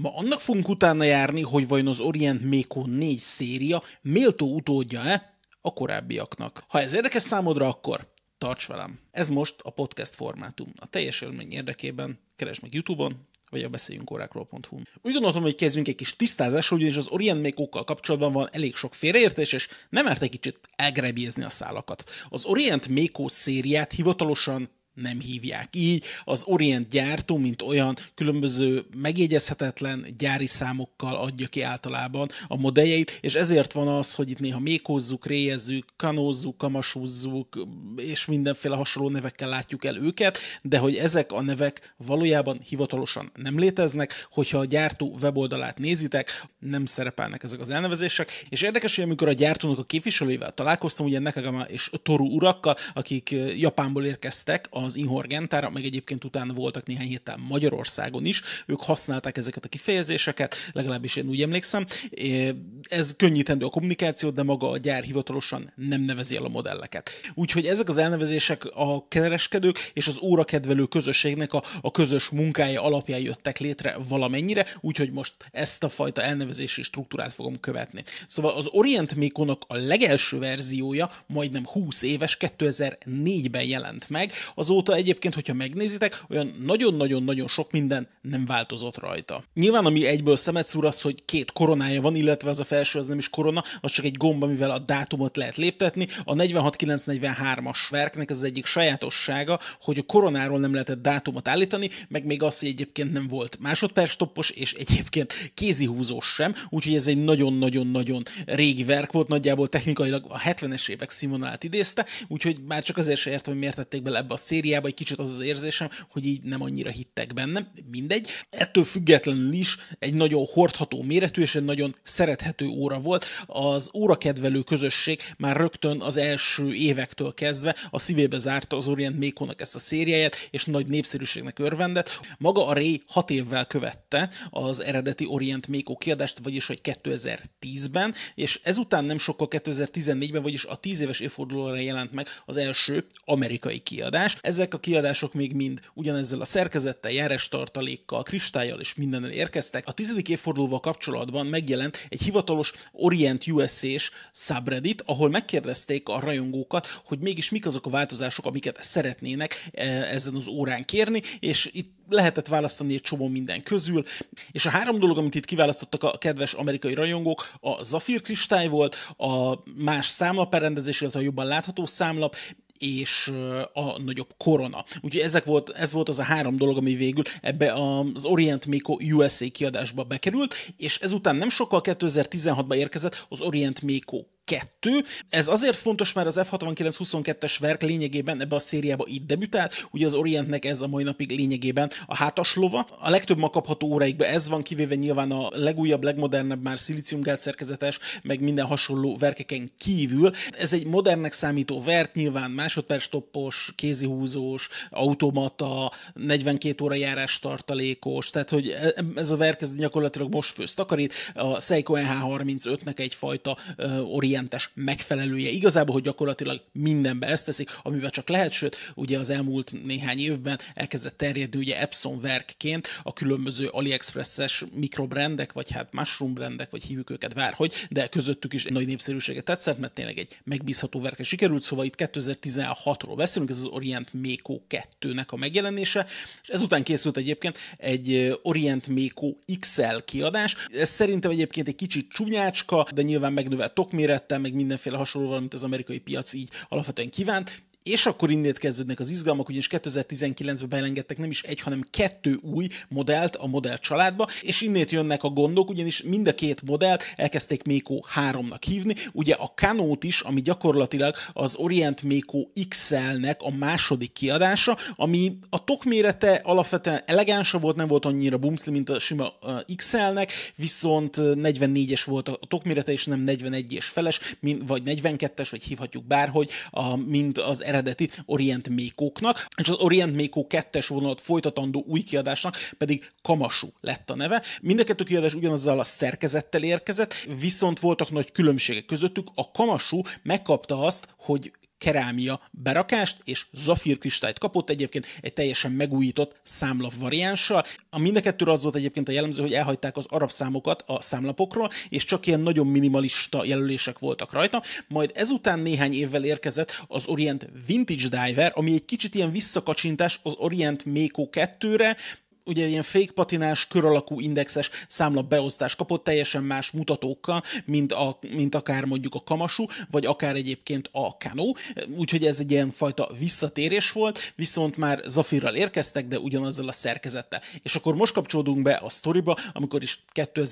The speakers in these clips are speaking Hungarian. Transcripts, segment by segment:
Ma annak fogunk utána járni, hogy vajon az Orient Méko 4 széria méltó utódja-e a korábbiaknak. Ha ez érdekes számodra, akkor tarts velem! Ez most a podcast formátum. A teljes élmény érdekében keresd meg YouTube-on, vagy a beszéljünkorákról.hu. Úgy gondoltam, hogy kezdjünk egy kis tisztázásról, ugyanis az Orient Mékókkal kapcsolatban van elég sok félreértés, és nem mert egy kicsit elgrebézni a szálakat. Az Orient Méko szériát hivatalosan nem hívják így, az Orient gyártó, mint olyan, különböző megjegyezhetetlen gyári számokkal adja ki általában a modelljeit, és ezért van az, hogy itt néha mékózzuk, réjezzük, kanózzuk, kamasúzzuk, és mindenféle hasonló nevekkel látjuk el őket, de hogy ezek a nevek valójában hivatalosan nem léteznek, hogyha a gyártó weboldalát nézitek, nem szerepelnek ezek az elnevezések, és érdekes, hogy amikor a gyártónak a képviselőivel találkoztam, ugye Nakagama és Toru urakkal, akik Japánból érkeztek, az Inhor Gentára, meg egyébként utána voltak néhány héttel Magyarországon is, ők használták ezeket a kifejezéseket, legalábbis én úgy emlékszem. Ez könnyítendő a kommunikációt, de maga a gyár hivatalosan nem nevezi el a modelleket. Úgyhogy ezek az elnevezések a kereskedők és az órakedvelő közösségnek a közös munkája alapján jöttek létre valamennyire, úgyhogy most ezt a fajta elnevezési struktúrát fogom követni. Szóval az Orient Mékónak a legelső verziója majdnem 20 éves, 2004-ben jelent meg. Azóta egyébként, hogyha megnézitek, olyan nagyon-nagyon-nagyon sok minden nem változott rajta. Nyilván, ami egyből szemet szúr, az, hogy két koronája van, illetve az a felső az nem is korona, az csak egy gomb, amivel a dátumot lehet léptetni. A 46943-as verknek az egyik sajátossága, hogy a koronáról nem lehetett dátumot állítani, meg még az, hogy egyébként nem volt másodpercstoppos, és egyébként kézihúzós sem, úgyhogy ez egy nagyon-nagyon-nagyon régi verk volt, nagyjából technikailag a 70-es évek színvonalát idézte, úgyhogy már csak azért sem értem, hogy miért tették bele ebbe a szériába, egy kicsit az érzésem, hogy így nem annyira hittek benne, mindegy. Ettől függetlenül is egy nagyon hordható méretű és egy nagyon szerethető óra volt. Az órakedvelő közösség már rögtön az első évektől kezdve a szívébe zárta az Orient Mékónak ezt a szériáját, és nagy népszerűségnek örvendett. Maga a Ray 6 évvel követte az eredeti Orient Méko kiadást, vagyis hogy 2010-ben, és ezután nem sokkal 2014-ben, vagyis a 10 éves évfordulóra jelent meg az első amerikai kiadás. Ezek a kiadások még mind ugyanezzel a szerkezettel, járástartalékkal, kristályjal és mindennel érkeztek. A 10. évfordulóval kapcsolatban megjelent egy hivatalos Orient USA-s subreddit, ahol megkérdezték a rajongókat, hogy mégis mik azok a változások, amiket szeretnének ezen az órán kérni, és itt lehetett választani egy csomó minden közül, és a 3 dolog, amit itt kiválasztottak a kedves amerikai rajongók, a zafír kristály volt, a más számlaperrendezés, illetve a jobban látható számlap, és a nagyobb korona. Úgyhogy ez volt az a 3 dolog, ami végül ebbe az Orient Méko USA kiadásba bekerült, és ezután nem sokkal 2016-ban érkezett az Orient Méko 2. Ez azért fontos, mert az F6922-es verk lényegében ebbe a szériába itt debütált, ugye az Orientnek ez a mai napig lényegében a hátaslova. A legtöbb ma kapható óráikban ez van, kivéve nyilván a legújabb, legmodernebb már szilíciumgált szerkezetes, meg minden hasonló verkeken kívül. Ez egy modernnek számító verk, nyilván másodpercstoppos, kézihúzós, automata, 42 óra járás tartalékos, tehát hogy ez a verk ez gyakorlatilag most főz takarít. A Seiko NH35-nek egyfajta orientes megfelelője. Igazából, hogy gyakorlatilag mindenbe ezt teszik, amiben csak lehet, sőt, ugye az elmúlt néhány évben elkezdett terjedni ugye Epson verkként a különböző AliExpress-es mikrobrendek, vagy hát mushroom brendek, vagy hívjuk őket bárhogy, de közöttük is egy nagy népszerűséget tetszett, mert tényleg egy megbízható verke sikerült, szóval itt 2016-ról beszélünk, ez az Orient Méko 2-nek a megjelenése, és ezután készült egyébként egy Orient Méko XL kiadás. Ez szerintem egyébként egy kicsit csúnyácska, de nyilván megnövelt tokmérettel, meg mindenféle hasonlóval, amit az amerikai piac így alapvetően kívánt. És akkor innét kezdődnek az izgalmak, ugyanis 2019-ben bejelentgettek nem is egy, hanem 2 új modellt a modell családba, és innét jönnek a gondok, ugyanis mind a 2 modellt elkezdték Méko 3-nak hívni. Ugye a Kanót is, ami gyakorlatilag az Orient Méko XL-nek a második kiadása, ami a tokmérete alapvetően elegánsabb volt, nem volt annyira bumszli, mint a sima XL-nek, viszont 44-es volt a tokmérete, és nem 41-es feles, vagy 42-es, vagy hívhatjuk bárhogy, mint az eredeti Orient Mékóknak, és az Orient Méko 2-es vonalat folytatandó új kiadásnak pedig Kamashu lett a neve. Mind a 2 kiadás ugyanazzal a szerkezettel érkezett, viszont voltak nagy különbségek közöttük. A Kamashu megkapta azt, hogy kerámia berakást, és zafírkristályt kapott, egyébként egy teljesen megújított számlap variánssal. A mind a kettőre az volt egyébként a jellemző, hogy elhagyták az arab számokat a számlapokról, és csak ilyen nagyon minimalista jelölések voltak rajta. Majd ezután néhány évvel érkezett az Orient Vintage Diver, ami egy kicsit ilyen visszakacsintás az Orient Mako 2-re, ugye ilyen fake patinás, kör alakú indexes számlap beosztás kapott, teljesen más mutatókkal, mint akár mondjuk a Kamashu, vagy akár egyébként a Kano, úgyhogy ez egy ilyen fajta visszatérés volt, viszont már Zafirral érkeztek, de ugyanazzal a szerkezettel. És akkor most kapcsolódunk be a sztoriba, amikor is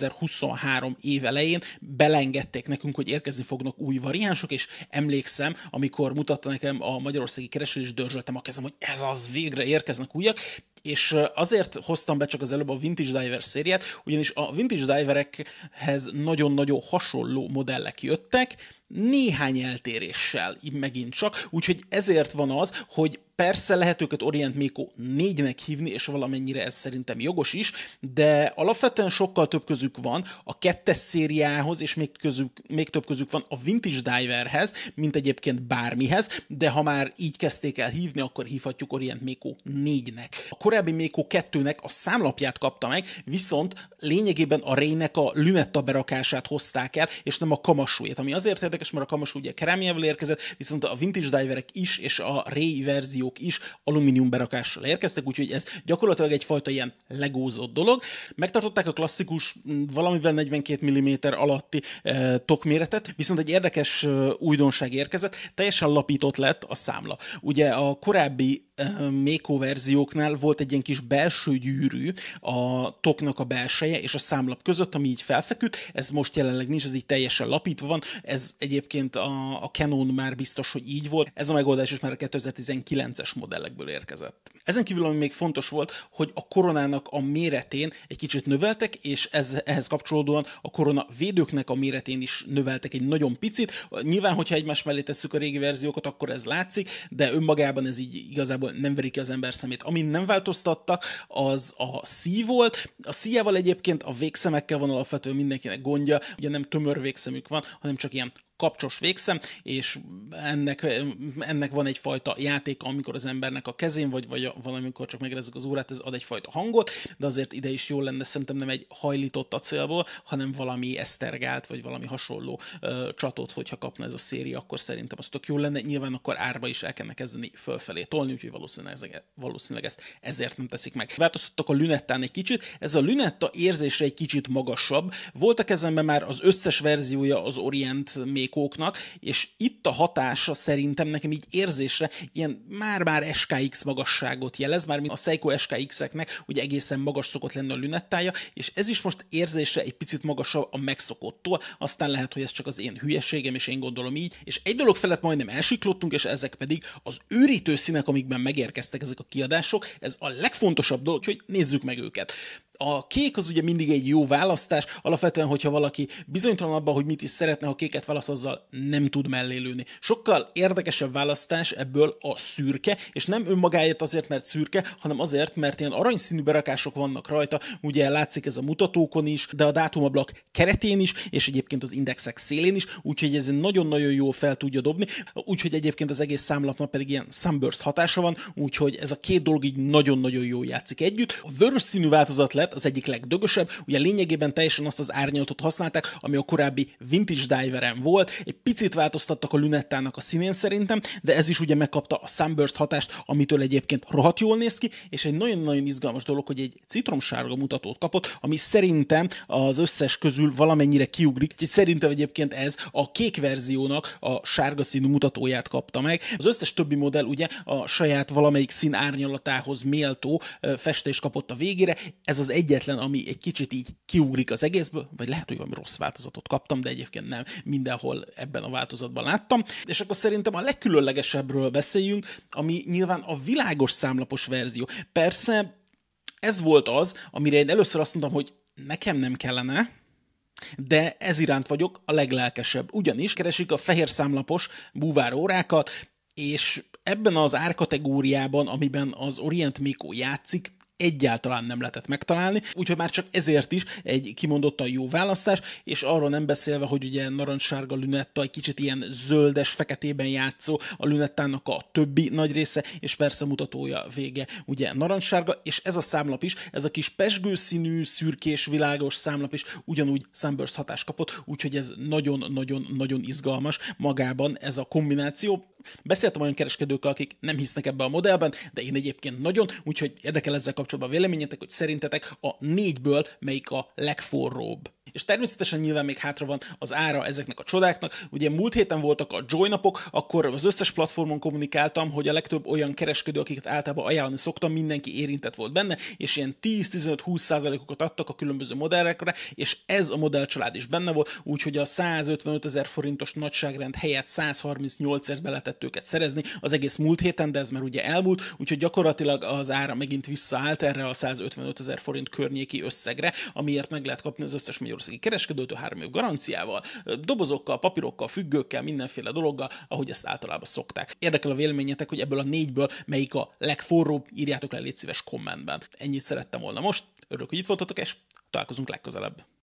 2023 év elején belengedték nekünk, hogy érkezni fognak új variánsok, és emlékszem, amikor mutatta nekem a magyarországi kereső, és dörzsöltem a kezem, hogy ez az, végre érkeznek újak, és azért hoztam be csak az előbb a Vintage Diver szériát, ugyanis a Vintage Diverekhez nagyon-nagyon hasonló modellek jöttek, néhány eltéréssel megint csak, úgyhogy ezért van az, hogy persze lehet őket Orient Mako 4-nek hívni, és valamennyire ez szerintem jogos is, de alapvetően sokkal több közük van a 2-es szériához, és még több közük van a Vintage Diverhez, mint egyébként bármihez, de ha már így kezdték el hívni, akkor hívhatjuk Orient Mako 4-nek. A korábbi Mako 2-nek a számlapját kapta meg, viszont lényegében a Ray-nek a lünetta berakását hozták el, és nem a Kamashu-ját, ami azért érdekes, mert a Kamashu ugye kerámiával érkezett, viszont a Vintage Diverek is, és a Ray verziók is alumínium berakással érkeztek, úgyhogy ez gyakorlatilag egyfajta ilyen legózott dolog. Megtartották a klasszikus valamivel 42 mm alatti tokméretet, viszont egy érdekes újdonság érkezett, teljesen lapított lett a számla. Ugye a korábbi Mako verzióknál volt egy ilyen kis belső gyűrű a toknak a belseje és a számlap között, ami így felfeküdt, ez most jelenleg nincs, ez így teljesen lapítva van, ez egyébként a Canon már biztos, hogy így volt, ez a megoldás is már a 2019-es modellekből érkezett. Ezen kívül, ami még fontos volt, hogy a koronának a méretén egy kicsit növeltek, és ehhez kapcsolódóan a korona védőknek a méretén is növeltek egy nagyon picit. Nyilván, hogyha egymás mellé tesszük a régi verziókat, akkor ez látszik, de önmagában ez így igazából nem verik ki az ember szemét. Amin nem változtattak, az a szíj volt. A szíjával egyébként a végszemekkel van alapvetően mindenkinek gondja, ugye nem tömör végszemük van, hanem csak ilyen kapcsos végszem, és ennek van egyfajta játéka, amikor az embernek a kezén, vagy valamikor csak megrezzük az órát, ez ad egyfajta hangot, de azért ide is jól lenne, szerintem nem egy hajlított acélból, hanem valami esztergált, vagy valami hasonló csatot, hogyha kapna ez a széria, akkor szerintem az tök jól lenne. Nyilván akkor árba is el kellene kezdeni fölfelé tolni, úgyhogy valószínűleg ezt ezért nem teszik meg. Változtattak a lünettán egy kicsit, ez a lünetta érzése egy kicsit magasabb. Volt a kezemben már az összes verziója az Orient Mako-knak, és itt a hatása szerintem nekem így érzésre ilyen már SKX magasságot jelez, már mint a Seiko SKX-eknek ugye egészen magas szokott lenni a lünettája, és ez is most érzésre egy picit magasabb a megszokottól, aztán lehet, hogy ez csak az én hülyeségem, és én gondolom így, és egy dolog felett majdnem elsiklottunk, és ezek pedig az őrítő színek, amikben megérkeztek ezek a kiadások, ez a legfontosabb dolog, hogy nézzük meg őket. A kék az ugye mindig egy jó választás, alapvetően, hogyha valaki bizonytalan abban, hogy mit is szeretne, ha kéket választ, azzal nem tud mellé lőni. Sokkal érdekesebb választás ebből a szürke, és nem önmagáért azért, mert szürke, hanem azért, mert ilyen aranyszínű berakások vannak rajta, ugye látszik ez a mutatókon is, de a dátumablak keretén is, és egyébként az indexek szélén is, úgyhogy ez nagyon-nagyon jól fel tudja dobni, úgyhogy egyébként az egész számlapnak pedig ilyen sunburst hatása van, úgyhogy ez a két dolog így nagyon-nagyon jól játszik együtt. A vörös színű változat lett az egyik legdögösebb, ugye lényegében teljesen azt az árnyalatot használták, ami a korábbi Vintage Diveren volt, egy picit változtattak a lünettának a színén szerintem, de ez is ugye megkapta a sunburst hatást, amitől egyébként rohadt jól néz ki, és egy nagyon-nagyon izgalmas dolog, hogy egy citromsárga mutatót kapott, ami szerintem az összes közül valamennyire kiugrik, úgyhogy szerintem egyébként ez a kék verziónak a sárga színű mutatóját kapta meg. Az összes többi modell ugye a saját valamelyik szín árnyalatához méltó festést kapott a végére, ez az egyetlen, ami egy kicsit így kiugrik az egészből, vagy lehet, hogy valami rossz változatot kaptam, de egyébként nem, mindenhol ebben a változatban láttam. És akkor szerintem a legkülönlegesebbről beszéljünk, ami nyilván a világos számlapos verzió. Persze ez volt az, amire én először azt mondtam, hogy nekem nem kellene, de ez iránt vagyok a leglelkesebb. Ugyanis keresik a fehér számlapos búvár órákat, és ebben az árkategóriában, amiben az Orient Mako játszik, egyáltalán nem lehetett megtalálni, úgyhogy már csak ezért is egy kimondottan jó választás, és arról nem beszélve, hogy ugye narancssárga lünetta, egy kicsit ilyen zöldes, feketében játszó, a lünettának a többi nagy része, és persze mutatója vége ugye narancssárga, és ez a számlap is, ez a kis pezsgőszínű, szürkés, világos számlap is ugyanúgy Sunburst hatást kapott, úgyhogy ez nagyon-nagyon-nagyon izgalmas magában ez a kombináció. Beszéltem olyan kereskedőkkel, akik nem hisznek ebbe a modellben, de én egyébként nagyon, úgyhogy érdekel ezzel kapcsolatban a véleményetek, hogy szerintetek a 4-ből melyik a legforróbb. És természetesen nyilván még hátra van az ára ezeknek a csodáknak. Ugye múlt héten voltak a Joy napok, akkor az összes platformon kommunikáltam, hogy a legtöbb olyan kereskedő, akiket általában ajánlani szoktam, mindenki érintett volt benne, és ilyen 10-15-20%-okat adtak a különböző modellekre, és ez a modellcsalád is benne volt, úgyhogy a 155 000 forintos nagyságrend helyett 138-ért be lehetett őket szerezni az egész múlt héten, de ez már ugye elmúlt, úgyhogy gyakorlatilag az ára megint visszaállt erre a 155 000 forint környéki összegre, amiért meg lehet kapni az összes magyarországi kereskedőtől 3 év garanciával, dobozokkal, papírokkal, függőkkel, mindenféle dologgal, ahogy ezt általában szokták. Érdekel a véleményetek, hogy ebből a 4-ből melyik a legforróbb, írjátok le, légy szíves kommentben. Ennyit szerettem volna most, örülök, hogy itt voltatok, és találkozunk legközelebb.